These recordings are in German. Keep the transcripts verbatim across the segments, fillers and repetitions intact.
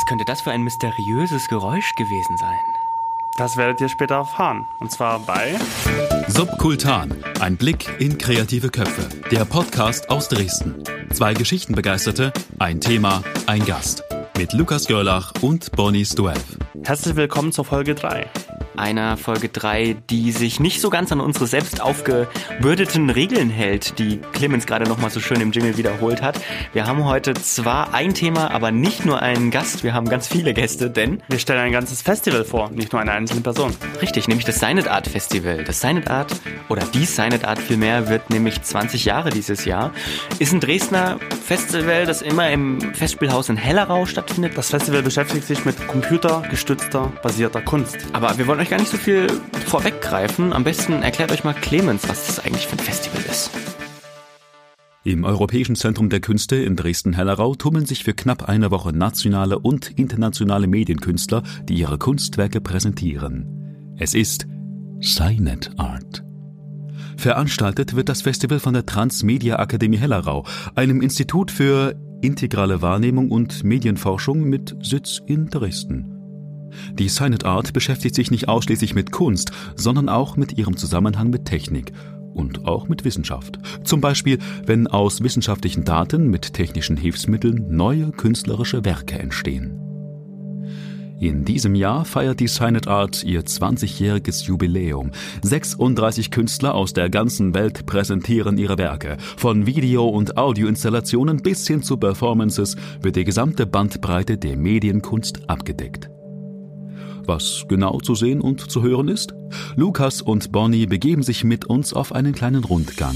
Was könnte das für ein mysteriöses Geräusch gewesen sein? Das werdet ihr später erfahren. Und zwar bei Subkultan. Ein Blick in kreative Köpfe. Der Podcast aus Dresden. Zwei Geschichtenbegeisterte, ein Thema, ein Gast. Mit Lukas Görlach und Bonnie Stuev. Herzlich willkommen zur Folge drei. Einer Folge drei, die sich nicht so ganz an unsere selbst aufgebürdeten Regeln hält, die Clemens gerade noch mal so schön im Jingle wiederholt hat. Wir haben heute zwar ein Thema, aber nicht nur einen Gast, wir haben ganz viele Gäste, denn wir stellen ein ganzes Festival vor, nicht nur eine einzelne Person. Richtig, nämlich das Sign It Art Festival. Das Sign It Art, oder die Sign It Art vielmehr, wird nämlich zwanzig Jahre dieses Jahr. Ist ein Dresdner Festival, das immer im Festspielhaus in Hellerau stattfindet. Das Festival beschäftigt sich mit computergestützter, basierter Kunst. Aber wir wollen euch gar nicht so viel vorweggreifen. Am besten erklärt euch mal Clemens, was das eigentlich für ein Festival ist. Im Europäischen Zentrum der Künste in Dresden-Hellerau tummeln sich für knapp eine Woche nationale und internationale Medienkünstler, die ihre Kunstwerke präsentieren. Es ist Sign It Art. Veranstaltet wird das Festival von der Transmedia Akademie Hellerau, einem Institut für integrale Wahrnehmung und Medienforschung mit Sitz in Dresden. Die Sign It Art beschäftigt sich nicht ausschließlich mit Kunst, sondern auch mit ihrem Zusammenhang mit Technik und auch mit Wissenschaft. Zum Beispiel, wenn aus wissenschaftlichen Daten mit technischen Hilfsmitteln neue künstlerische Werke entstehen. In diesem Jahr feiert die Sign It Art ihr zwanzigjähriges Jubiläum. sechsunddreißig Künstler aus der ganzen Welt präsentieren ihre Werke. Von Video- und Audioinstallationen bis hin zu Performances wird die gesamte Bandbreite der Medienkunst abgedeckt. Was genau zu sehen und zu hören ist? Lukas und Bonnie begeben sich mit uns auf einen kleinen Rundgang.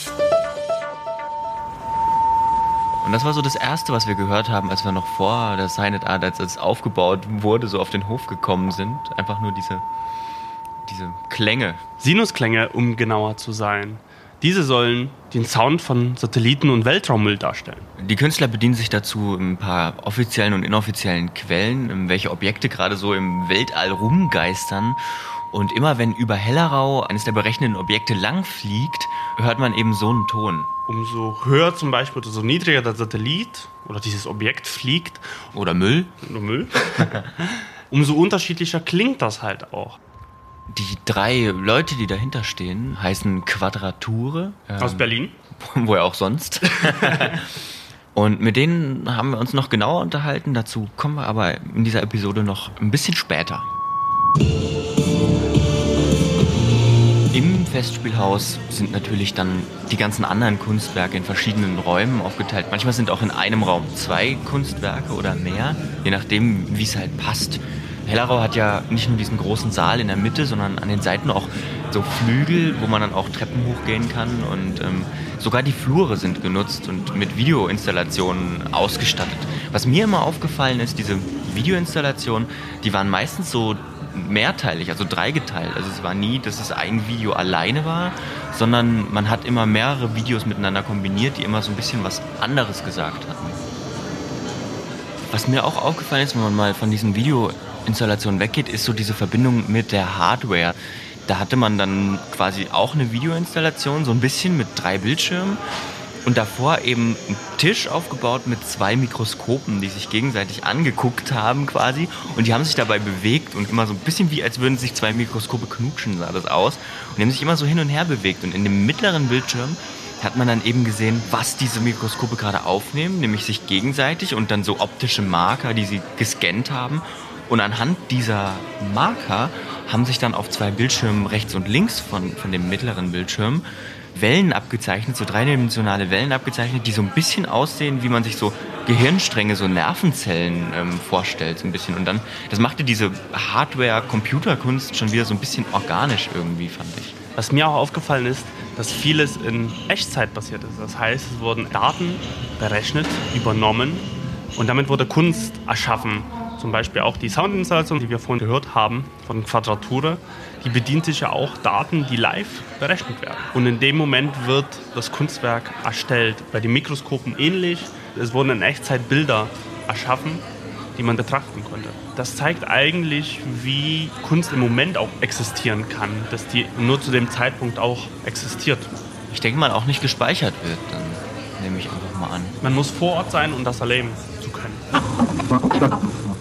Und das war so das Erste, was wir gehört haben, als wir noch vor der Sign It Art, als es aufgebaut wurde, so auf den Hof gekommen sind. Einfach nur diese, diese Klänge. Sinusklänge, um genauer zu sein. Diese sollen den Sound von Satelliten und Weltraummüll darstellen. Die Künstler bedienen sich dazu ein paar offiziellen und inoffiziellen Quellen, welche Objekte gerade so im Weltall rumgeistern. Und immer wenn über Hellerau eines der berechneten Objekte lang fliegt, hört man eben so einen Ton. Umso höher zum Beispiel oder so niedriger der Satellit oder dieses Objekt fliegt. Oder Müll. Oder Müll. Umso unterschiedlicher klingt das halt auch. Die drei Leute, die dahinter stehen, heißen Quadrature. Ähm, Aus Berlin. Woher auch sonst. Und mit denen haben wir uns noch genauer unterhalten. Dazu kommen wir aber in dieser Episode noch ein bisschen später. Im Festspielhaus sind natürlich dann die ganzen anderen Kunstwerke in verschiedenen Räumen aufgeteilt. Manchmal sind auch in einem Raum zwei Kunstwerke oder mehr, je nachdem, wie es halt passt. Hellerau hat ja nicht nur diesen großen Saal in der Mitte, sondern an den Seiten auch so Flügel, wo man dann auch Treppen hochgehen kann. Und ähm, sogar die Flure sind genutzt und mit Videoinstallationen ausgestattet. Was mir immer aufgefallen ist, diese Videoinstallationen, die waren meistens so mehrteilig, also dreigeteilt. Also es war nie, dass es ein Video alleine war, sondern man hat immer mehrere Videos miteinander kombiniert, die immer so ein bisschen was anderes gesagt hatten. Was mir auch aufgefallen ist, wenn man mal von diesen Videoinstallationen weggeht, ist so diese Verbindung mit der Hardware. Da hatte man dann quasi auch eine Videoinstallation, so ein bisschen mit drei Bildschirmen und davor eben ein Tisch aufgebaut mit zwei Mikroskopen, die sich gegenseitig angeguckt haben quasi und die haben sich dabei bewegt und immer so ein bisschen wie, als würden sich zwei Mikroskope knutschen, sah das aus und die haben sich immer so hin und her bewegt und in dem mittleren Bildschirm hat man dann eben gesehen, was diese Mikroskope gerade aufnehmen, nämlich sich gegenseitig und dann so optische Marker, die sie gescannt haben. Und anhand dieser Marker haben sich dann auf zwei Bildschirmen rechts und links von, von dem mittleren Bildschirm Wellen abgezeichnet, so dreidimensionale Wellen abgezeichnet, die so ein bisschen aussehen, wie man sich so Gehirnstränge, so Nervenzellen ähm, vorstellt, so ein bisschen. Und dann, das machte diese Hardware-Computerkunst schon wieder so ein bisschen organisch irgendwie, fand ich. Was mir auch aufgefallen ist, dass vieles in Echtzeit passiert ist. Das heißt, es wurden Daten berechnet, übernommen und damit wurde Kunst erschaffen. Zum Beispiel auch die Soundinstallation, die wir vorhin gehört haben von Quadrature, die bedient sich ja auch Daten, die live berechnet werden. Und in dem Moment wird das Kunstwerk erstellt. Bei den Mikroskopen ähnlich. Es wurden in Echtzeit Bilder erschaffen, die man betrachten konnte. Das zeigt eigentlich, wie Kunst im Moment auch existieren kann, dass die nur zu dem Zeitpunkt auch existiert. Ich denke mal, auch nicht gespeichert wird, dann nehme ich einfach mal an. Man muss vor Ort sein, um das erleben zu können.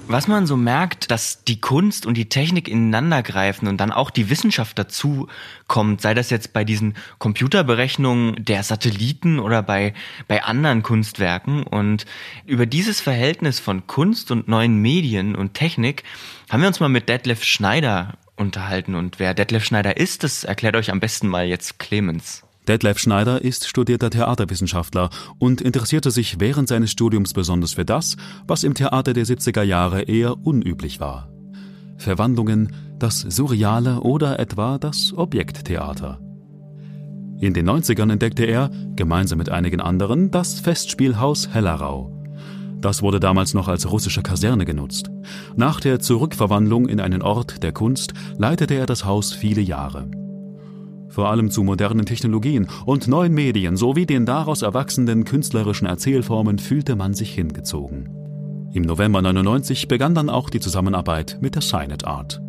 was man so merkt, dass die Kunst und die Technik ineinander greifen und dann auch die Wissenschaft dazu kommt, sei das jetzt bei diesen Computerberechnungen der Satelliten oder bei, bei anderen Kunstwerken. Und über dieses Verhältnis von Kunst und neuen Medien und Technik haben wir uns mal mit Detlef Schneider unterhalten. Und wer Detlef Schneider ist, das erklärt euch am besten mal jetzt Clemens. Detlef Schneider ist studierter Theaterwissenschaftler und interessierte sich während seines Studiums besonders für das, was im Theater der siebziger Jahre eher unüblich war. Verwandlungen, das Surreale oder etwa das Objekttheater. In den neunzigern entdeckte er, gemeinsam mit einigen anderen, das Festspielhaus Hellerau. Das wurde damals noch als russische Kaserne genutzt. Nach der Zurückverwandlung in einen Ort der Kunst leitete er das Haus viele Jahre. Vor allem zu modernen Technologien und neuen Medien sowie den daraus erwachsenden künstlerischen Erzählformen fühlte man sich hingezogen. Im November neunundneunzig begann dann auch die Zusammenarbeit mit der Signet Art.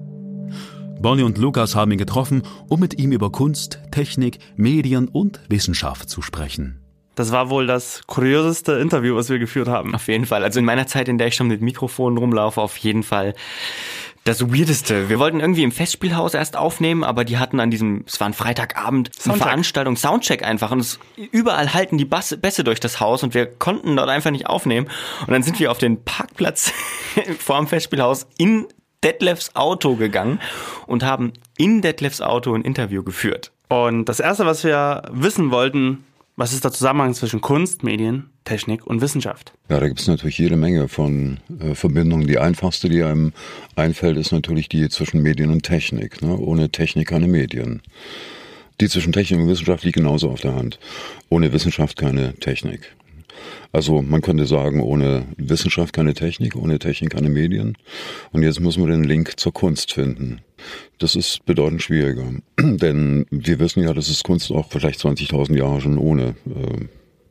Bonnie und Lukas haben ihn getroffen, um mit ihm über Kunst, Technik, Medien und Wissenschaft zu sprechen. Das war wohl das kurioseste Interview, was wir geführt haben. Auf jeden Fall. Also in meiner Zeit, in der ich schon mit Mikrofonen rumlaufe, auf jeden Fall das Weirdeste. Wir wollten irgendwie im Festspielhaus erst aufnehmen, aber die hatten an diesem, es war ein Freitagabend, eine Veranstaltung, Soundcheck einfach. Und es, überall halten die Bass, Bässe durch das Haus und wir konnten dort einfach nicht aufnehmen. Und dann sind wir auf den Parkplatz vor dem Festspielhaus in Detlefs Auto gegangen und haben in Detlefs Auto ein Interview geführt. Und das Erste, was wir wissen wollten, was ist der Zusammenhang zwischen Kunst, Medien, Technik und Wissenschaft? Ja, da gibt es natürlich jede Menge von äh, Verbindungen. Die einfachste, die einem einfällt, ist natürlich die zwischen Medien und Technik. Ne? Ohne Technik keine Medien. Die zwischen Technik und Wissenschaft liegt genauso auf der Hand. Ohne Wissenschaft keine Technik. Also man könnte sagen, ohne Wissenschaft keine Technik, ohne Technik keine Medien. Und jetzt müssen wir den Link zur Kunst finden. Das ist bedeutend schwieriger, denn wir wissen ja, dass es Kunst auch vielleicht zwanzigtausend Jahre schon ohne äh,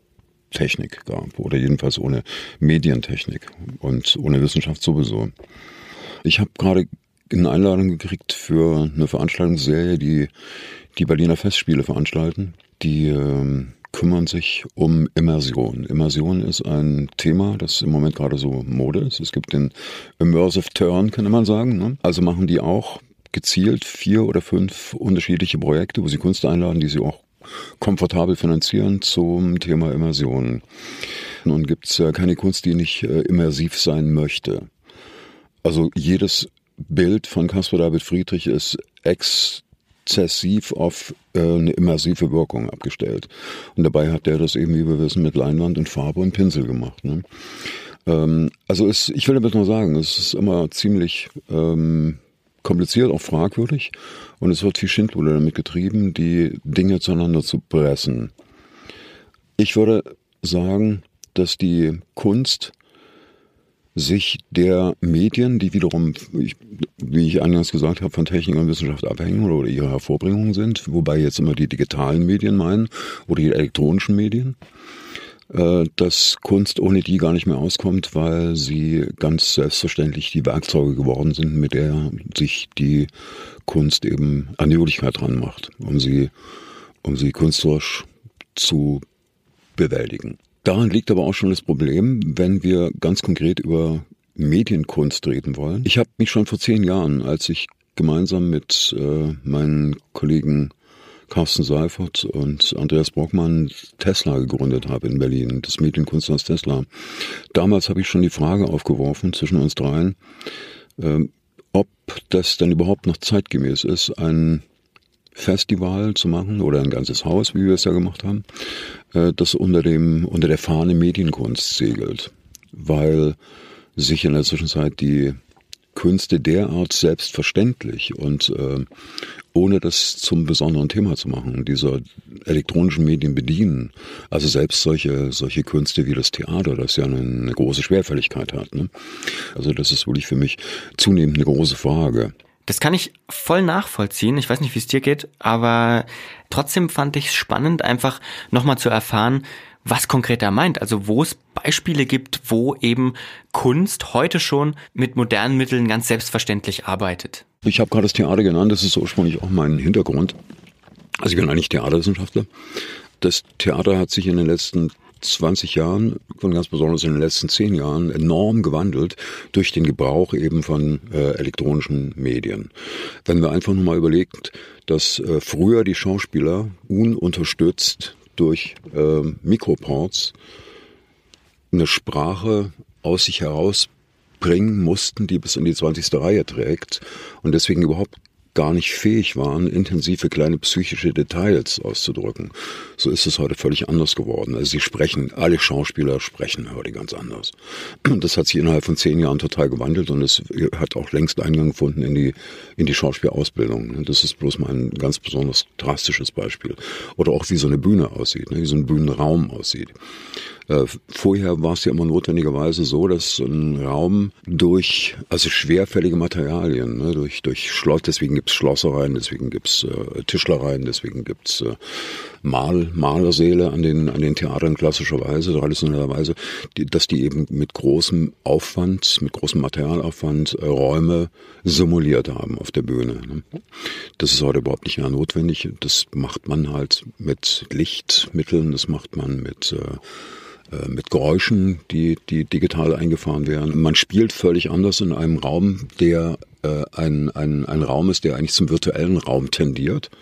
Technik gab oder jedenfalls ohne Medientechnik und ohne Wissenschaft sowieso. Ich habe gerade eine Einladung gekriegt für eine Veranstaltungsserie, die die Berliner Festspiele veranstalten. Die äh, kümmern sich um Immersion. Immersion ist ein Thema, das im Moment gerade so Mode ist. Es gibt den Immersive Turn, könnte man sagen. Ne? Also machen die auch gezielt vier oder fünf unterschiedliche Projekte, wo sie Kunst einladen, die sie auch komfortabel finanzieren zum Thema Immersion. Nun gibt es äh, keine Kunst, die nicht äh, immersiv sein möchte. Also jedes Bild von Caspar David Friedrich ist exzessiv auf äh, eine immersive Wirkung abgestellt. Und dabei hat der das eben, wie wir wissen, mit Leinwand und Farbe und Pinsel gemacht. Ne? Ähm, also es, ich will damit nur sagen, es ist immer ziemlich ähm, kompliziert, auch fragwürdig. Und es wird viel Schindluder damit getrieben, die Dinge zueinander zu pressen. Ich würde sagen, dass die Kunst sich der Medien, die wiederum, wie ich eingangs gesagt habe, von Technik und Wissenschaft abhängen oder ihre Hervorbringungen sind, wobei jetzt immer die digitalen Medien meinen oder die elektronischen Medien, dass Kunst ohne die gar nicht mehr auskommt, weil sie ganz selbstverständlich die Werkzeuge geworden sind, mit der sich die Kunst eben an die Wirklichkeit dran macht, um sie, um sie künstlerisch zu bewältigen. Daran liegt aber auch schon das Problem, wenn wir ganz konkret über Medienkunst reden wollen. Ich habe mich schon vor zehn Jahren, als ich gemeinsam mit äh, meinen Kollegen Carsten Seifert und Andreas Brockmann Tesla gegründet habe in Berlin, das Medienkunsthaus Tesla. Damals habe ich schon die Frage aufgeworfen zwischen uns dreien, äh, ob das denn überhaupt noch zeitgemäß ist, ein Festival zu machen oder ein ganzes Haus, wie wir es ja gemacht haben, äh, das unter dem unter der Fahne Medienkunst segelt, weil sich in der Zwischenzeit die Künste derart selbstverständlich und äh, ohne das zum besonderen Thema zu machen, dieser elektronischen Medien bedienen. Also selbst solche solche Künste wie das Theater, das ja eine, eine große Schwerfälligkeit hat. Ne? Also das ist wirklich für mich zunehmend eine große Frage. Das kann ich voll nachvollziehen. Ich weiß nicht, wie es dir geht, aber trotzdem fand ich es spannend, einfach nochmal zu erfahren, was konkret er meint. Also wo es Beispiele gibt, wo eben Kunst heute schon mit modernen Mitteln ganz selbstverständlich arbeitet. Ich habe gerade das Theater genannt, das ist ursprünglich auch mein Hintergrund. Also ich bin eigentlich Theaterwissenschaftler. Das Theater hat sich in den letzten zwanzig Jahren und ganz besonders in den letzten zehn Jahren enorm gewandelt durch den Gebrauch eben von äh, elektronischen Medien. Wenn wir einfach nur mal überlegt, dass äh, früher die Schauspieler ununterstützt durch äh, Mikroports eine Sprache aus sich herausbringen mussten, die bis in die zwanzigste Reihe trägt und deswegen überhaupt gar nicht fähig waren, intensive kleine psychische Details auszudrücken. So ist es heute völlig anders geworden. Also sie sprechen, alle Schauspieler sprechen heute ganz anders. Das hat sich innerhalb von zehn Jahren total gewandelt und es hat auch längst Eingang gefunden in die, in die Schauspielausbildung. Das ist bloß mal ein ganz besonders drastisches Beispiel. Oder auch wie so eine Bühne aussieht, wie so ein Bühnenraum aussieht. Vorher war es ja immer notwendigerweise so, dass ein Raum durch, also schwerfällige Materialien, ne, durch, durch Schloss, deswegen gibt's Schlossereien, deswegen gibt's äh, Tischlereien, deswegen gibt's äh, Mal, Malersäle an den, an den Theatern klassischerweise, traditionellerweise, die, dass die eben mit großem Aufwand, mit großem Materialaufwand äh, Räume simuliert haben auf der Bühne. Ne. Das ist heute überhaupt nicht mehr notwendig. Das macht man halt mit Lichtmitteln, das macht man mit äh, mit Geräuschen, die, die digital eingefahren werden. Man spielt völlig anders in einem Raum, der äh, ein, ein, ein Raum ist, der eigentlich zum virtuellen Raum tendiert,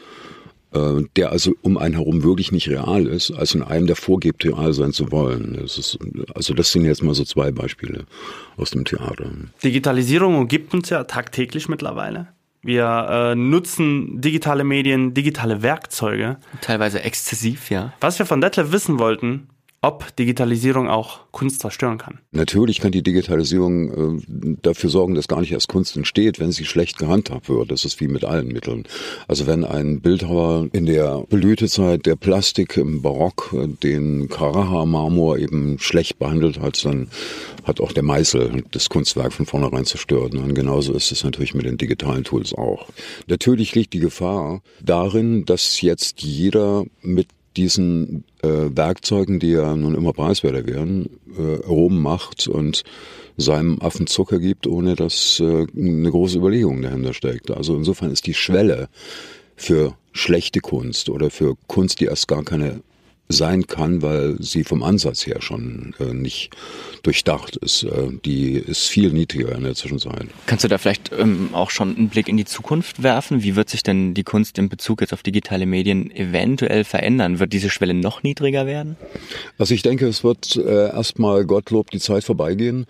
äh, der also um einen herum wirklich nicht real ist, als in einem, der vorgibt, real sein zu wollen. Das ist, also das sind jetzt mal so zwei Beispiele aus dem Theater. Digitalisierung umgibt uns ja tagtäglich mittlerweile. Wir äh, nutzen digitale Medien, digitale Werkzeuge. Teilweise exzessiv, ja. Was wir von Detlef wissen wollten, ob Digitalisierung auch Kunst zerstören kann. Natürlich kann die Digitalisierung äh, dafür sorgen, dass gar nicht erst Kunst entsteht, wenn sie schlecht gehandhabt wird. Das ist wie mit allen Mitteln. Also wenn ein Bildhauer in der Blütezeit der Plastik im Barock äh, den Carrara-Marmor eben schlecht behandelt hat, dann hat auch der Meißel das Kunstwerk von vornherein zerstört. Und genauso ist es natürlich mit den digitalen Tools auch. Natürlich liegt die Gefahr darin, dass jetzt jeder mit diesen äh, Werkzeugen, die ja nun immer preiswerter werden, äh, rummacht und seinem Affen Zucker gibt, ohne dass äh, eine große Überlegung dahinter steckt. Also insofern ist die Schwelle für schlechte Kunst oder für Kunst, die erst gar keine sein kann, weil sie vom Ansatz her schon äh, nicht durchdacht ist. Äh, die ist viel niedriger in der Zwischenzeit. Kannst du da vielleicht ähm, auch schon einen Blick in die Zukunft werfen? Wie wird sich denn die Kunst in Bezug jetzt auf digitale Medien eventuell verändern? Wird diese Schwelle noch niedriger werden? Also ich denke, es wird äh, erstmal Gottlob die Zeit vorbeigehen,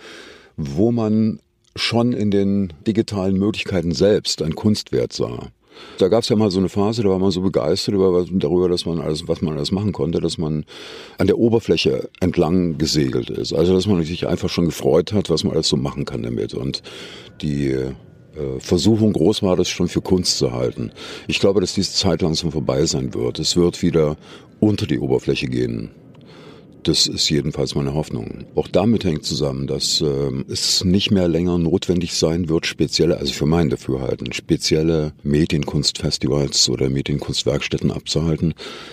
wo man schon in den digitalen Möglichkeiten selbst einen Kunstwert sah. Da gab es ja mal so eine Phase, da war man so begeistert über, darüber, dass man alles, was man alles machen konnte, dass man an der Oberfläche entlang gesegelt ist. Also dass man sich einfach schon gefreut hat, was man alles so machen kann damit. Und die äh, Versuchung groß war, das schon für Kunst zu halten. Ich glaube, dass diese Zeit langsam vorbei sein wird. Es wird wieder unter die Oberfläche gehen. Das ist jedenfalls meine Hoffnung. Auch damit hängt zusammen, dass äh, es nicht mehr länger notwendig sein wird, spezielle, also für mein Dafürhalten, spezielle Medienkunstfestivals oder Medienkunstwerkstätten abzuhalten,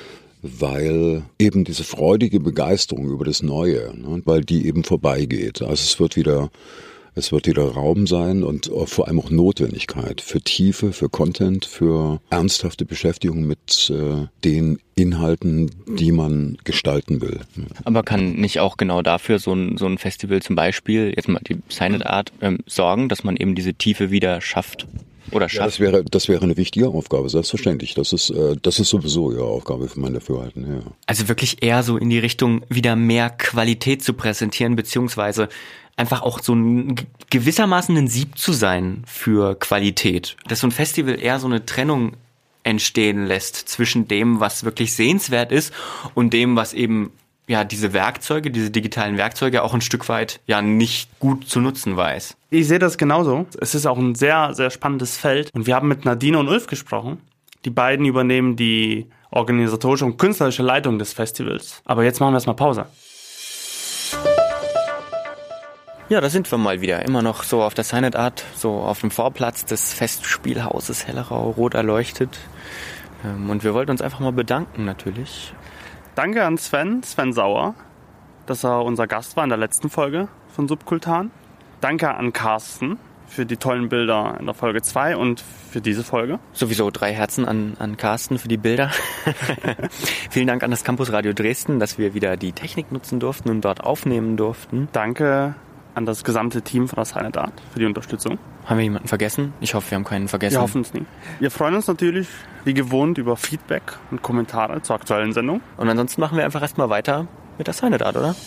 weil eben diese freudige Begeisterung über das Neue, ne, weil die eben vorbeigeht. Also es wird wieder Es wird wieder Raum sein und vor allem auch Notwendigkeit für Tiefe, für Content, für ernsthafte Beschäftigung mit äh, den Inhalten, die man gestalten will. Aber kann nicht auch genau dafür so ein, so ein Festival zum Beispiel, jetzt mal die Silent Art, ähm, sorgen, dass man eben diese Tiefe wieder schafft? Oder schafft? Ja, das wäre, das wäre eine wichtige Aufgabe, selbstverständlich. Das ist, äh, das ist sowieso ihre Aufgabe für mein Dafürhalten, ja. Also wirklich eher so in die Richtung, wieder mehr Qualität zu präsentieren, beziehungsweise einfach auch so ein gewissermaßen ein Sieb zu sein für Qualität. Dass so ein Festival eher so eine Trennung entstehen lässt zwischen dem, was wirklich sehenswert ist und dem, was eben ja diese Werkzeuge, diese digitalen Werkzeuge auch ein Stück weit ja nicht gut zu nutzen weiß. Ich sehe das genauso. Es ist auch ein sehr, sehr spannendes Feld. Und wir haben mit Nadine und Ulf gesprochen. Die beiden übernehmen die organisatorische und künstlerische Leitung des Festivals. Aber jetzt machen wir erstmal Pause. Ja, da sind wir mal wieder. Immer noch so auf der Silent Art, so auf dem Vorplatz des Festspielhauses Hellerau, rot erleuchtet. Und wir wollten uns einfach mal bedanken, natürlich. Danke an Sven, Sven Sauer, dass er unser Gast war in der letzten Folge von Subkultan. Danke an Carsten für die tollen Bilder in der Folge zwei und für diese Folge. Sowieso drei Herzen an, an Carsten für die Bilder. Vielen Dank an das Campusradio Dresden, dass wir wieder die Technik nutzen durften und dort aufnehmen durften. Danke an das gesamte Team von der Silent Art für die Unterstützung. Haben wir jemanden vergessen? Ich hoffe, wir haben keinen vergessen. Wir hoffen es nicht. Wir freuen uns natürlich, wie gewohnt, über Feedback und Kommentare zur aktuellen Sendung. Und ansonsten machen wir einfach erstmal weiter mit der Silent Art, oder?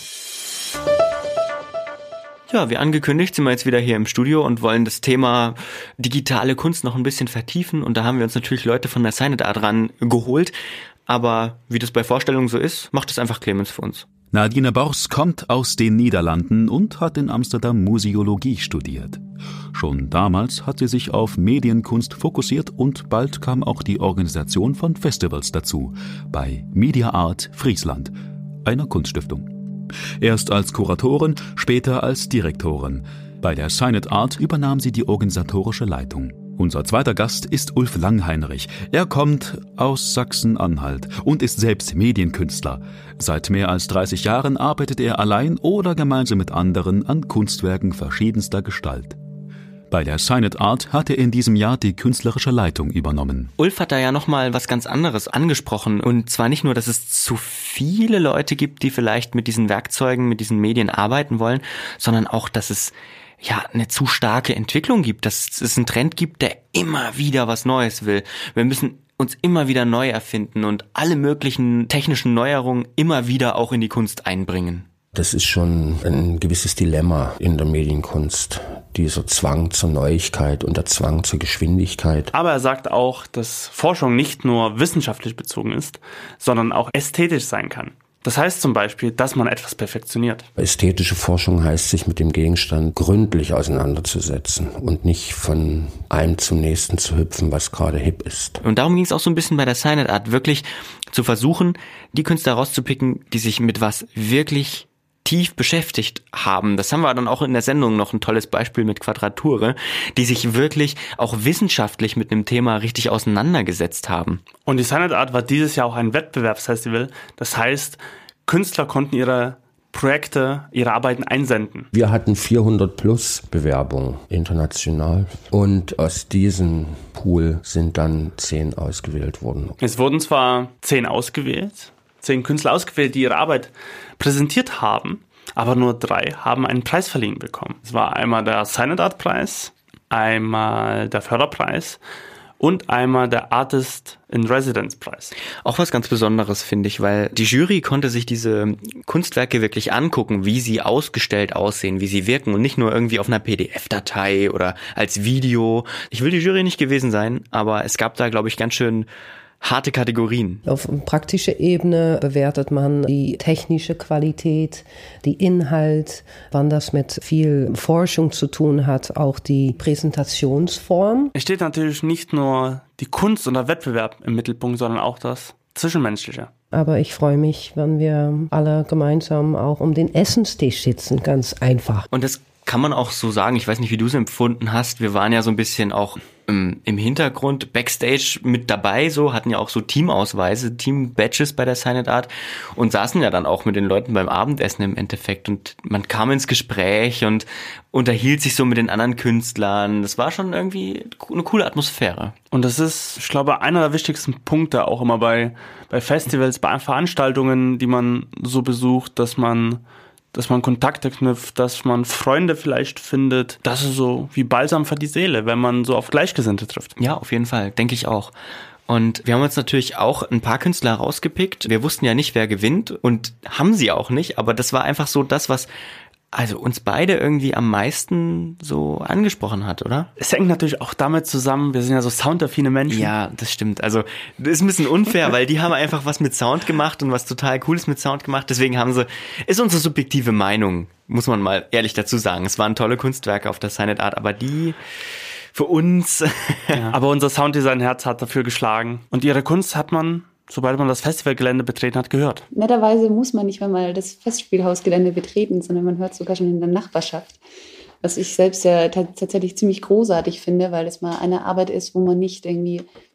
Ja, wie angekündigt sind wir jetzt wieder hier im Studio und wollen das Thema digitale Kunst noch ein bisschen vertiefen. Und da haben wir uns natürlich Leute von der Silent Art ran geholt. Aber wie das bei Vorstellungen so ist, macht es einfach Clemens für uns. Nadine Bors kommt aus den Niederlanden und hat in Amsterdam Museologie studiert. Schon damals hat sie sich auf Medienkunst fokussiert und bald kam auch die Organisation von Festivals dazu, bei Media Art Friesland, einer Kunststiftung. Erst als Kuratorin, später als Direktorin. Bei der Silent Art übernahm sie die organisatorische Leitung. Unser zweiter Gast ist Ulf Langheinrich. Er kommt aus Sachsen-Anhalt und ist selbst Medienkünstler. Seit mehr als dreißig Jahren arbeitet er allein oder gemeinsam mit anderen an Kunstwerken verschiedenster Gestalt. Bei der Silent Art hat er in diesem Jahr die künstlerische Leitung übernommen. Ulf hat da ja nochmal was ganz anderes angesprochen. Und zwar nicht nur, dass es zu viele Leute gibt, die vielleicht mit diesen Werkzeugen, mit diesen Medien arbeiten wollen, sondern auch, dass es ja eine zu starke Entwicklung gibt, dass es einen Trend gibt, der immer wieder was Neues will. Wir müssen uns immer wieder neu erfinden und alle möglichen technischen Neuerungen immer wieder auch in die Kunst einbringen. Das ist schon ein gewisses Dilemma in der Medienkunst, dieser Zwang zur Neuigkeit und der Zwang zur Geschwindigkeit. Aber er sagt auch, dass Forschung nicht nur wissenschaftlich bezogen ist, sondern auch ästhetisch sein kann. Das heißt zum Beispiel, dass man etwas perfektioniert. Ästhetische Forschung heißt, sich mit dem Gegenstand gründlich auseinanderzusetzen und nicht von einem zum nächsten zu hüpfen, was gerade hip ist. Und darum ging es auch so ein bisschen bei der Silent Art, wirklich zu versuchen, die Künstler rauszupicken, die sich mit was wirklich tief beschäftigt haben. Das haben wir dann auch in der Sendung noch ein tolles Beispiel mit Quadrature, die sich wirklich auch wissenschaftlich mit einem Thema richtig auseinandergesetzt haben. Und die Silent Art war dieses Jahr auch ein Wettbewerbsfestival. Das heißt, Künstler konnten ihre Projekte, ihre Arbeiten einsenden. Wir hatten vierhundert plus Bewerbungen international und aus diesem Pool sind dann zehn ausgewählt worden. Es wurden zwar zehn ausgewählt, zehn Künstler ausgewählt, die ihre Arbeit präsentiert haben, aber nur drei haben einen Preis verliehen bekommen. Es war einmal der Silent Art Preis, einmal der Förderpreis und einmal der Artist in Residence Preis. Auch was ganz Besonderes, finde ich, weil die Jury konnte sich diese Kunstwerke wirklich angucken, wie sie ausgestellt aussehen, wie sie wirken und nicht nur irgendwie auf einer P D F-Datei oder als Video. Ich will die Jury nicht gewesen sein, aber es gab da, glaube ich, ganz schön harte Kategorien. Auf praktischer Ebene bewertet man die technische Qualität, die Inhalt, wann das mit viel Forschung zu tun hat, auch die Präsentationsform. Es steht natürlich nicht nur die Kunst und der Wettbewerb im Mittelpunkt, sondern auch das Zwischenmenschliche. Aber ich freue mich, wenn wir alle gemeinsam auch um den Essenstisch sitzen, ganz einfach. Und das kann man auch so sagen, ich weiß nicht, wie du es empfunden hast, wir waren ja so ein bisschen auch im, im Hintergrund, Backstage mit dabei, so, hatten ja auch so Teamausweise, Team-Badges bei der Silent Art und saßen ja dann auch mit den Leuten beim Abendessen im Endeffekt und man kam ins Gespräch und unterhielt sich so mit den anderen Künstlern. Das war schon irgendwie eine coole Atmosphäre. Und das ist, ich glaube, einer der wichtigsten Punkte auch immer bei, bei Festivals, bei Veranstaltungen, die man so besucht, dass man dass man Kontakte knüpft, dass man Freunde vielleicht findet. Das ist so wie Balsam für die Seele, wenn man so auf Gleichgesinnte trifft. Ja, auf jeden Fall, denke ich auch. Und wir haben uns natürlich auch ein paar Künstler rausgepickt. Wir wussten ja nicht, wer gewinnt und haben sie auch nicht, aber das war einfach so das, was also uns beide irgendwie am meisten so angesprochen hat, oder? Es hängt natürlich auch damit zusammen, wir sind ja so soundaffine Menschen. Ja, das stimmt. Also das ist ein bisschen unfair, weil die haben einfach was mit Sound gemacht und was total Cooles mit Sound gemacht. Deswegen haben sie, ist unsere subjektive Meinung, muss man mal ehrlich dazu sagen. Es waren tolle Kunstwerke auf der Silent Art, aber die für uns... Ja. Aber unser Sounddesign-Herz hat dafür geschlagen. Und ihre Kunst hat man, sobald man das Festivalgelände betreten hat, gehört. Netterweise muss man nicht mal das Festspielhausgelände betreten, sondern man hört sogar schon in der Nachbarschaft. Was ich selbst ja t- tatsächlich ziemlich großartig finde, weil es mal eine Arbeit ist, wo man nicht irgendwie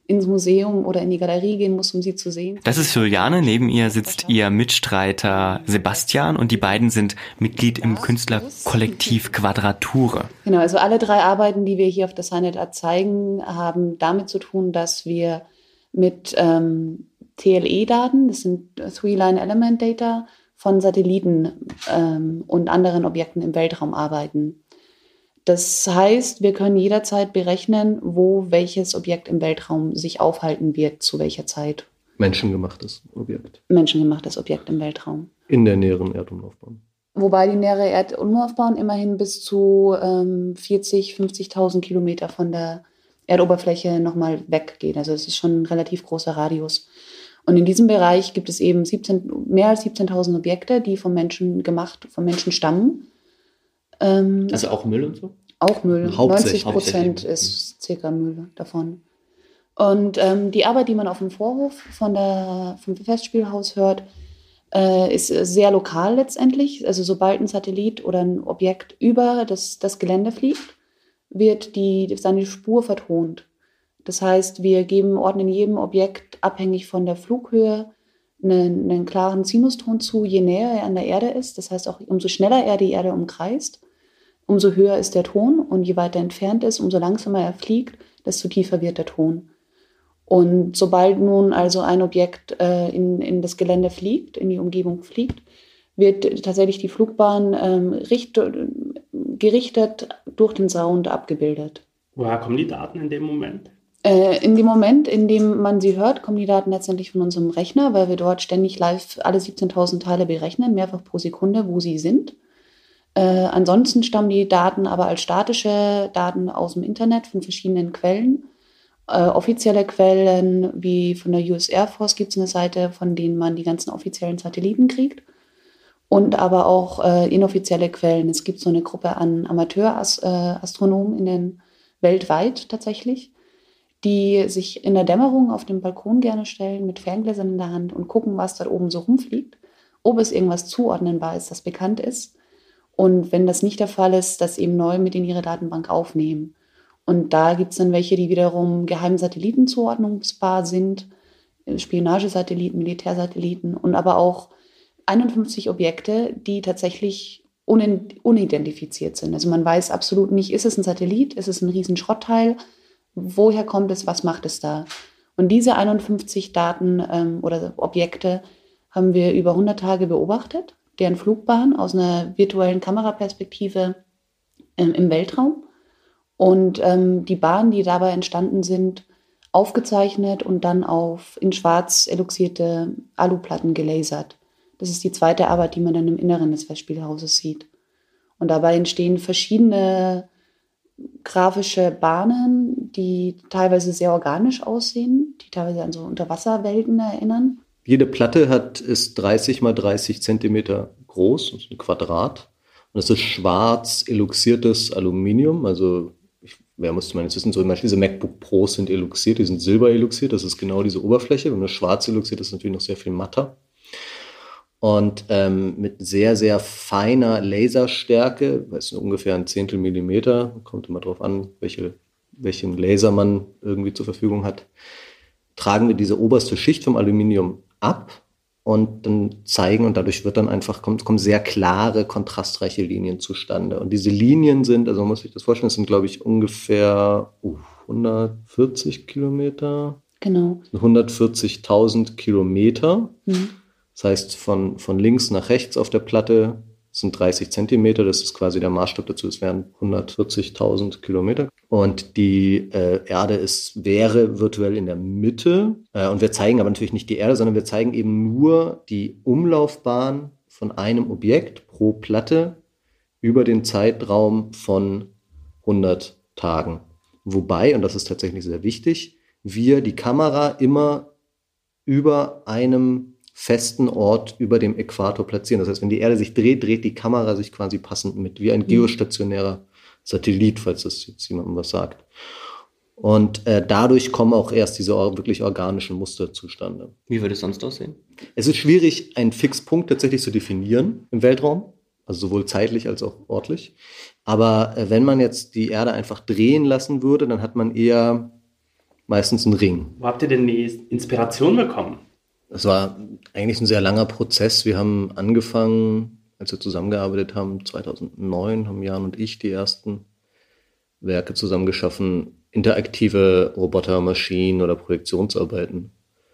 ins Museum oder in die Galerie gehen muss, um sie zu sehen. Das ist Juliane. Neben ihr sitzt ihr Mitstreiter Sebastian und die beiden sind Mitglied im Künstlerkollektiv Quadrature. Genau, also alle drei Arbeiten, die wir hier auf der Signet Art zeigen, haben damit zu tun, dass wir mit ähm, T L E-Daten, das sind Three-Line-Element-Data, von Satelliten ähm, und anderen Objekten im Weltraum arbeiten. Das heißt, wir können jederzeit berechnen, wo welches Objekt im Weltraum sich aufhalten wird, zu welcher Zeit. Menschengemachtes Objekt. Menschengemachtes Objekt im Weltraum. In der näheren Erdumlaufbahn. Wobei die nähere Erdumlaufbahn immerhin bis zu ähm, vierzig, fünfzigtausend Kilometer von der Erdoberfläche nochmal weggeht. Also es ist schon ein relativ großer Radius. Und in diesem Bereich gibt es eben siebzehn, mehr als siebzehntausend Objekte, die vom Menschen gemacht, vom Menschen stammen. Ähm, also auch Müll und so? Auch Müll. neunzig Prozent ist circa Müll davon. Und ähm, die Arbeit, die man auf dem Vorhof von der, vom Festspielhaus hört, äh, ist sehr lokal letztendlich. Also sobald ein Satellit oder ein Objekt über das, das Gelände fliegt, wird die, seine Spur vertont. Das heißt, wir geben, ordnen jedem Objekt abhängig von der Flughöhe einen, einen klaren Sinuston zu, je näher er an der Erde ist. Das heißt, auch umso schneller er die Erde umkreist, umso höher ist der Ton. Und je weiter entfernt ist, umso langsamer er fliegt, desto tiefer wird der Ton. Und sobald nun also ein Objekt äh, in, in das Gelände fliegt, in die Umgebung fliegt, wird tatsächlich die Flugbahn ähm, richt, gerichtet durch den Sound abgebildet. Woher kommen die Daten in dem Moment? Äh, in dem Moment, in dem man sie hört, kommen die Daten letztendlich von unserem Rechner, weil wir dort ständig live alle siebzehntausend Teile berechnen, mehrfach pro Sekunde, wo sie sind. Äh, ansonsten stammen die Daten aber als statische Daten aus dem Internet von verschiedenen Quellen. Äh, offizielle Quellen, wie von der U S Air Force gibt es eine Seite, von denen man die ganzen offiziellen Satelliten kriegt. Und aber auch äh, inoffizielle Quellen. Es gibt so eine Gruppe an Amateurastronomen in den weltweit tatsächlich, die sich in der Dämmerung auf dem Balkon gerne stellen, mit Ferngläsern in der Hand und gucken, was dort oben so rumfliegt, ob es irgendwas zuordnenbar ist, das bekannt ist. Und wenn das nicht der Fall ist, das eben neu mit in ihre Datenbank aufnehmen. Und da gibt es dann welche, die wiederum geheimen Satelliten zuordnungsbar sind, Spionagesatelliten, Militärsatelliten und aber auch einundfünfzig Objekte, die tatsächlich unidentifiziert sind. Also man weiß absolut nicht, ist es ein Satellit, ist es ein Riesenschrottteil, woher kommt es, was macht es da? Und diese einundfünfzig Daten ähm, oder Objekte haben wir über hundert Tage beobachtet, deren Flugbahn aus einer virtuellen Kameraperspektive ähm, im Weltraum. Und ähm, die Bahnen, die dabei entstanden sind, aufgezeichnet und dann auf in schwarz eluxierte Aluplatten gelasert. Das ist die zweite Arbeit, die man dann im Inneren des Festspielhauses sieht. Und dabei entstehen verschiedene grafische Bahnen, die teilweise sehr organisch aussehen, die teilweise an so Unterwasserwelten erinnern. Jede Platte hat, ist dreißig mal dreißig Zentimeter groß, das ist ein Quadrat. Und das ist schwarz eluxiertes Aluminium. Also, ich, wer musste man jetzt wissen, so zum Beispiel diese MacBook Pros sind eluxiert, die sind silber eluxiert, das ist genau diese Oberfläche. Wenn das schwarz eluxiert ist, ist natürlich noch sehr viel matter. Und ähm, mit sehr, sehr feiner Laserstärke, das ist ungefähr ein Zehntel Millimeter, kommt immer drauf an, welche, welchen Laser man irgendwie zur Verfügung hat, tragen wir diese oberste Schicht vom Aluminium ab und dann zeigen, und dadurch wird dann einfach, kommt, kommen sehr klare, kontrastreiche Linien zustande. Und diese Linien sind, also man muss sich das vorstellen, das sind, glaube ich, ungefähr uh, hundertvierzig Kilometer. Genau. hundertvierzigtausend Kilometer. Mhm. Das heißt, von, von links nach rechts auf der Platte sind dreißig Zentimeter. Das ist quasi der Maßstab dazu. Es wären hundertvierzigtausend Kilometer. Und die äh, Erde ist, wäre virtuell in der Mitte. Äh, und wir zeigen aber natürlich nicht die Erde, sondern wir zeigen eben nur die Umlaufbahn von einem Objekt pro Platte über den Zeitraum von hundert Tagen. Wobei, und das ist tatsächlich sehr wichtig, wir die Kamera immer über einem festen Ort über dem Äquator platzieren. Das heißt, wenn die Erde sich dreht, dreht die Kamera sich quasi passend mit, wie ein geostationärer Satellit, falls das jetzt jemandem was sagt. Und äh, dadurch kommen auch erst diese or- wirklich organischen Muster zustande. Wie würde es sonst aussehen? Es ist schwierig, einen Fixpunkt tatsächlich zu definieren im Weltraum, also sowohl zeitlich als auch ortlich. Aber äh, wenn man jetzt die Erde einfach drehen lassen würde, dann hat man eher meistens ein Ring. Wo habt ihr denn die Inspiration bekommen? Das war eigentlich ein sehr langer Prozess. Wir haben angefangen, als wir zusammengearbeitet haben, zweitausendneun haben Jan und ich die ersten Werke zusammen geschaffen, interaktive Roboter, Maschinen oder Projektionsarbeiten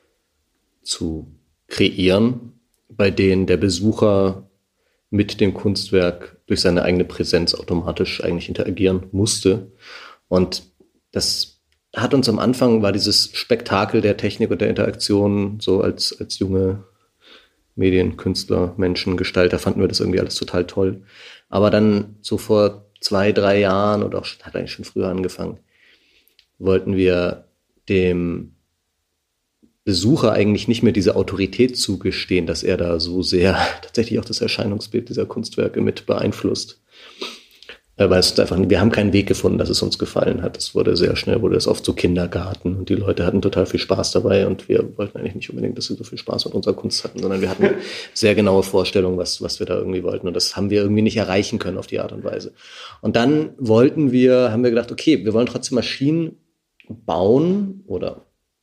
zu kreieren, bei denen der Besucher mit dem Kunstwerk durch seine eigene Präsenz automatisch eigentlich interagieren musste. Und das hat uns am Anfang, war dieses Spektakel der Technik und der Interaktion, so als, als junge Medienkünstler, Menschen, Gestalter, fanden wir das irgendwie alles total toll. Aber dann so vor zwei, drei Jahren oder auch hat eigentlich schon früher angefangen, wollten wir dem Besucher eigentlich nicht mehr diese Autorität zugestehen, dass er da so sehr tatsächlich auch das Erscheinungsbild dieser Kunstwerke mit beeinflusst. Weil es einfach, wir haben keinen Weg gefunden, dass es uns gefallen hat. Es wurde sehr schnell, wurde es oft so Kindergarten und die Leute hatten total viel Spaß dabei und wir wollten eigentlich nicht unbedingt, dass sie so viel Spaß mit unserer Kunst hatten, sondern wir hatten sehr genaue Vorstellungen, was, was wir da irgendwie wollten und das haben wir irgendwie nicht erreichen können auf die Art und Weise. Und dann wollten wir, haben wir gedacht, okay, wir wollen trotzdem Maschinen bauen oder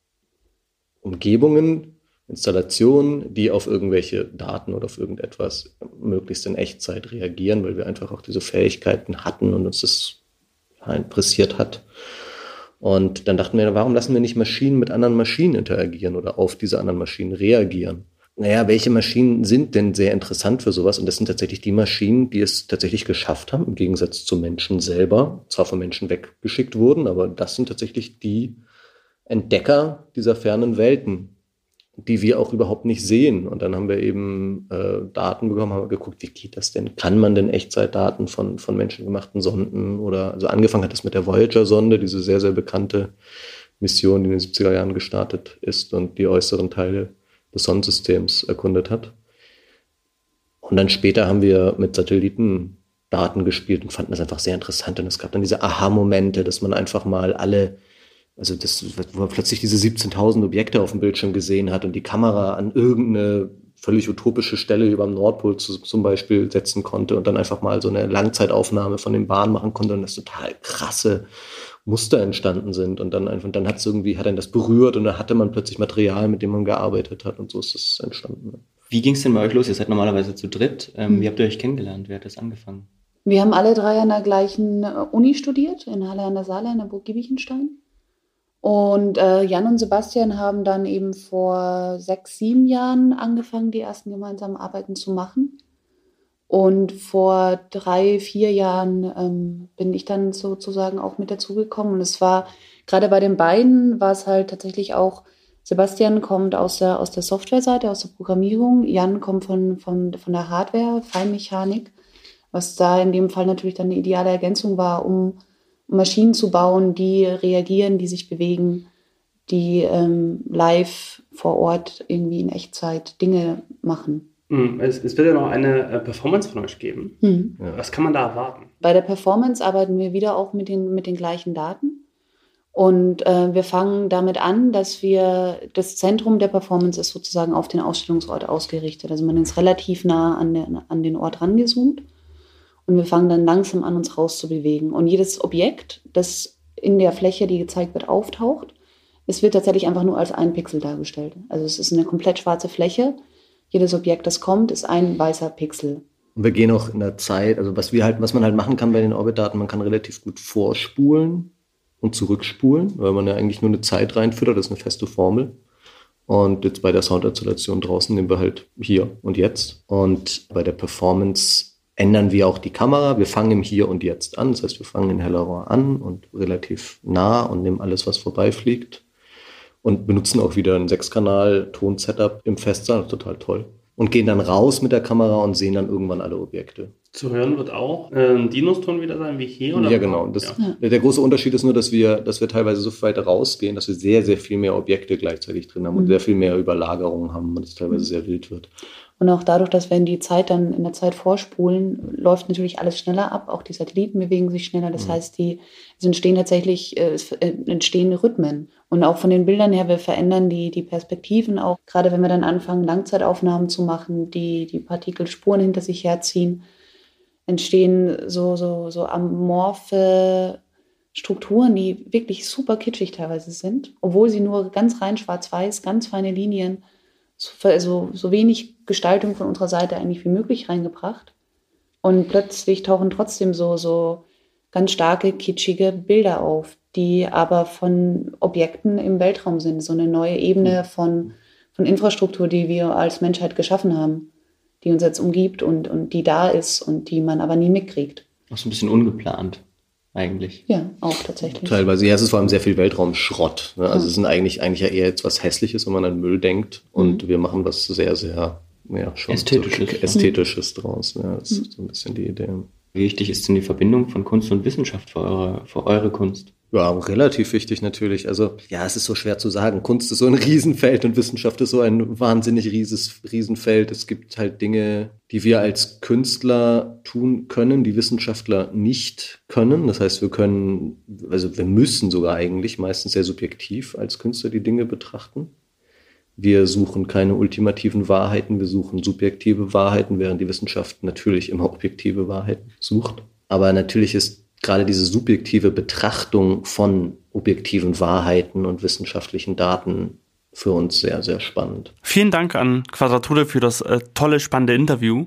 Umgebungen, Installationen, die auf irgendwelche Daten oder auf irgendetwas möglichst in Echtzeit reagieren, weil wir einfach auch diese Fähigkeiten hatten und uns das interessiert hat. Und dann dachten wir, warum lassen wir nicht Maschinen mit anderen Maschinen interagieren oder auf diese anderen Maschinen reagieren? Naja, welche Maschinen sind denn sehr interessant für sowas? Und das sind tatsächlich die Maschinen, die es tatsächlich geschafft haben, im Gegensatz zu Menschen selber, zwar von Menschen weggeschickt wurden, aber das sind tatsächlich die Entdecker dieser fernen Welten, die wir auch überhaupt nicht sehen. Und dann haben wir eben äh, Daten bekommen, haben geguckt, wie geht das denn? Kann man denn Echtzeitdaten von, von menschengemachten Sonden oder, also angefangen hat das mit der Voyager-Sonde, diese sehr, sehr bekannte Mission, die in den siebziger Jahren gestartet ist und die äußeren Teile des Sonnensystems erkundet hat. Und dann später haben wir mit Satellitendaten gespielt und fanden das einfach sehr interessant. Und es gab dann diese Aha-Momente, dass man einfach mal alle Also das, wo man plötzlich diese siebzehntausend Objekte auf dem Bildschirm gesehen hat und die Kamera an irgendeine völlig utopische Stelle über dem Nordpol zu, zum Beispiel setzen konnte und dann einfach mal so eine Langzeitaufnahme von den Bahnen machen konnte und das total krasse Muster entstanden sind. Und dann einfach, dann hat es irgendwie, hat einen das berührt und dann hatte man plötzlich Material, mit dem man gearbeitet hat und so ist das entstanden. Wie ging es denn bei euch los? Ihr seid normalerweise zu dritt. Ähm, wie habt ihr euch kennengelernt? Wer hat das angefangen? Wir haben alle drei an der gleichen Uni studiert, in Halle an der Saale, in der Burg Giebichenstein. Und äh, Jan und Sebastian haben dann eben vor sechs, sieben Jahren angefangen, die ersten gemeinsamen Arbeiten zu machen. Und vor drei, vier Jahren ähm, bin ich dann sozusagen auch mit dazugekommen. Und es war, gerade bei den beiden war es halt tatsächlich auch, Sebastian kommt aus der, aus der Softwareseite, aus der Programmierung. Jan kommt von, von, von der Hardware, Feinmechanik, was da in dem Fall natürlich dann eine ideale Ergänzung war, um Maschinen zu bauen, die reagieren, die sich bewegen, die ähm, live vor Ort irgendwie in Echtzeit Dinge machen. Es, es wird ja noch eine äh, Performance von euch geben. Mhm. Was kann man da erwarten? Bei der Performance arbeiten wir wieder auch mit den, mit den gleichen Daten. Und äh, wir fangen damit an, dass wir, das Zentrum der Performance ist sozusagen auf den Ausstellungsort ausgerichtet. Also man ist relativ nah an, der, an den Ort rangezoomt. Und wir fangen dann langsam an, uns rauszubewegen. Und jedes Objekt, das in der Fläche, die gezeigt wird, auftaucht, es wird tatsächlich einfach nur als ein Pixel dargestellt. Also es ist eine komplett schwarze Fläche. Jedes Objekt, das kommt, ist ein weißer Pixel. Und wir gehen auch in der Zeit, also was wir halt, was man halt machen kann bei den Orbit-Daten, man kann relativ gut vorspulen und zurückspulen, weil man ja eigentlich nur eine Zeit reinfüttert, das ist eine feste Formel. Und jetzt bei der Soundinstallation draußen nehmen wir halt hier und jetzt. Und bei der Performance ändern wir auch die Kamera. Wir fangen im Hier und Jetzt an. Das heißt, wir fangen in Hellerau an und relativ nah und nehmen alles, was vorbeifliegt. Und benutzen auch wieder ein Sechskanal-Ton-Setup im Festsaal. Total toll. Und gehen dann raus mit der Kamera und sehen dann irgendwann alle Objekte. Zu hören wird auch äh, ein Dinos-Ton wieder sein, wie hier? Oder? Ja, genau. Das, ja. Der große Unterschied ist nur, dass wir, dass wir teilweise so weit rausgehen, dass wir sehr, sehr viel mehr Objekte gleichzeitig drin haben mhm. und sehr viel mehr Überlagerungen haben und es teilweise mhm. sehr wild wird. Und auch dadurch, dass wir in die Zeit dann in der Zeit vorspulen, läuft natürlich alles schneller ab. Auch die Satelliten bewegen sich schneller. Das mhm. heißt, die, es entstehen tatsächlich äh, es entstehen Rhythmen. Und auch von den Bildern her, wir verändern die, die Perspektiven auch. Gerade wenn wir dann anfangen, Langzeitaufnahmen zu machen, die die Partikel Spuren hinter sich herziehen, entstehen so, so, so amorphe Strukturen, die wirklich super kitschig teilweise sind, obwohl sie nur ganz rein schwarz-weiß, ganz feine Linien, so, also so wenig Gestaltung von unserer Seite eigentlich wie möglich reingebracht. Und plötzlich tauchen trotzdem so, so ganz starke, kitschige Bilder auf, die aber von Objekten im Weltraum sind. So eine neue Ebene von, von Infrastruktur, die wir als Menschheit geschaffen haben, die uns jetzt umgibt und, und die da ist und die man aber nie mitkriegt. Auch so ein bisschen ungeplant. Eigentlich. Ja, auch tatsächlich. Teilweise, ja, es ist vor allem sehr viel Weltraumschrott. Ne? Also ja. es sind eigentlich, eigentlich ja eher etwas Hässliches, wenn man an Müll denkt. Und mhm. wir machen was sehr, sehr ja, schon Ästhetisches, so Ästhetisches mhm. draus. Ja, das mhm. ist so ein bisschen die Idee. Wie wichtig ist denn die Verbindung von Kunst und Wissenschaft für eure, für eure Kunst? Ja, relativ wichtig natürlich. Also ja, es ist so schwer zu sagen. Kunst ist so ein Riesenfeld und Wissenschaft ist so ein wahnsinnig rieses, Riesenfeld. Es gibt halt Dinge, die wir als Künstler tun können, die Wissenschaftler nicht können. Das heißt, wir können, also wir müssen sogar eigentlich meistens sehr subjektiv als Künstler die Dinge betrachten. Wir suchen keine ultimativen Wahrheiten, wir suchen subjektive Wahrheiten, während die Wissenschaft natürlich immer objektive Wahrheiten sucht. Aber natürlich ist gerade diese subjektive Betrachtung von objektiven Wahrheiten und wissenschaftlichen Daten für uns sehr, sehr spannend. Vielen Dank an Quadrature für das äh, tolle, spannende Interview.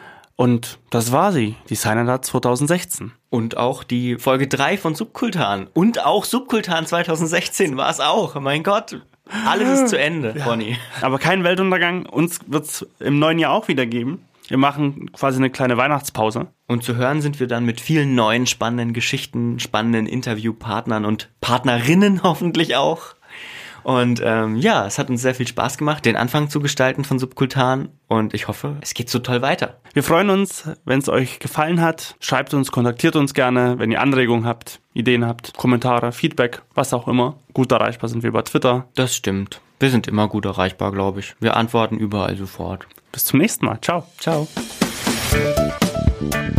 Und das war sie, die Signaler zwanzig sechzehn. Und auch die Folge drei von Subkultan. Und auch Subkultan zwanzig sechzehn war es auch. Mein Gott, alles ist zu Ende, ja. Conny. Aber kein Weltuntergang. Uns wird es im neuen Jahr auch wieder geben. Wir machen quasi eine kleine Weihnachtspause. Und zu hören sind wir dann mit vielen neuen spannenden Geschichten, spannenden Interviewpartnern und Partnerinnen hoffentlich auch. Und ähm, ja, es hat uns sehr viel Spaß gemacht, den Anfang zu gestalten von Subkultan. Und ich hoffe, es geht so toll weiter. Wir freuen uns, wenn es euch gefallen hat. Schreibt uns, kontaktiert uns gerne, wenn ihr Anregungen habt, Ideen habt, Kommentare, Feedback, was auch immer. Gut erreichbar sind wir über Twitter. Das stimmt. Wir sind immer gut erreichbar, glaube ich. Wir antworten überall sofort. Bis zum nächsten Mal. Ciao. Ciao.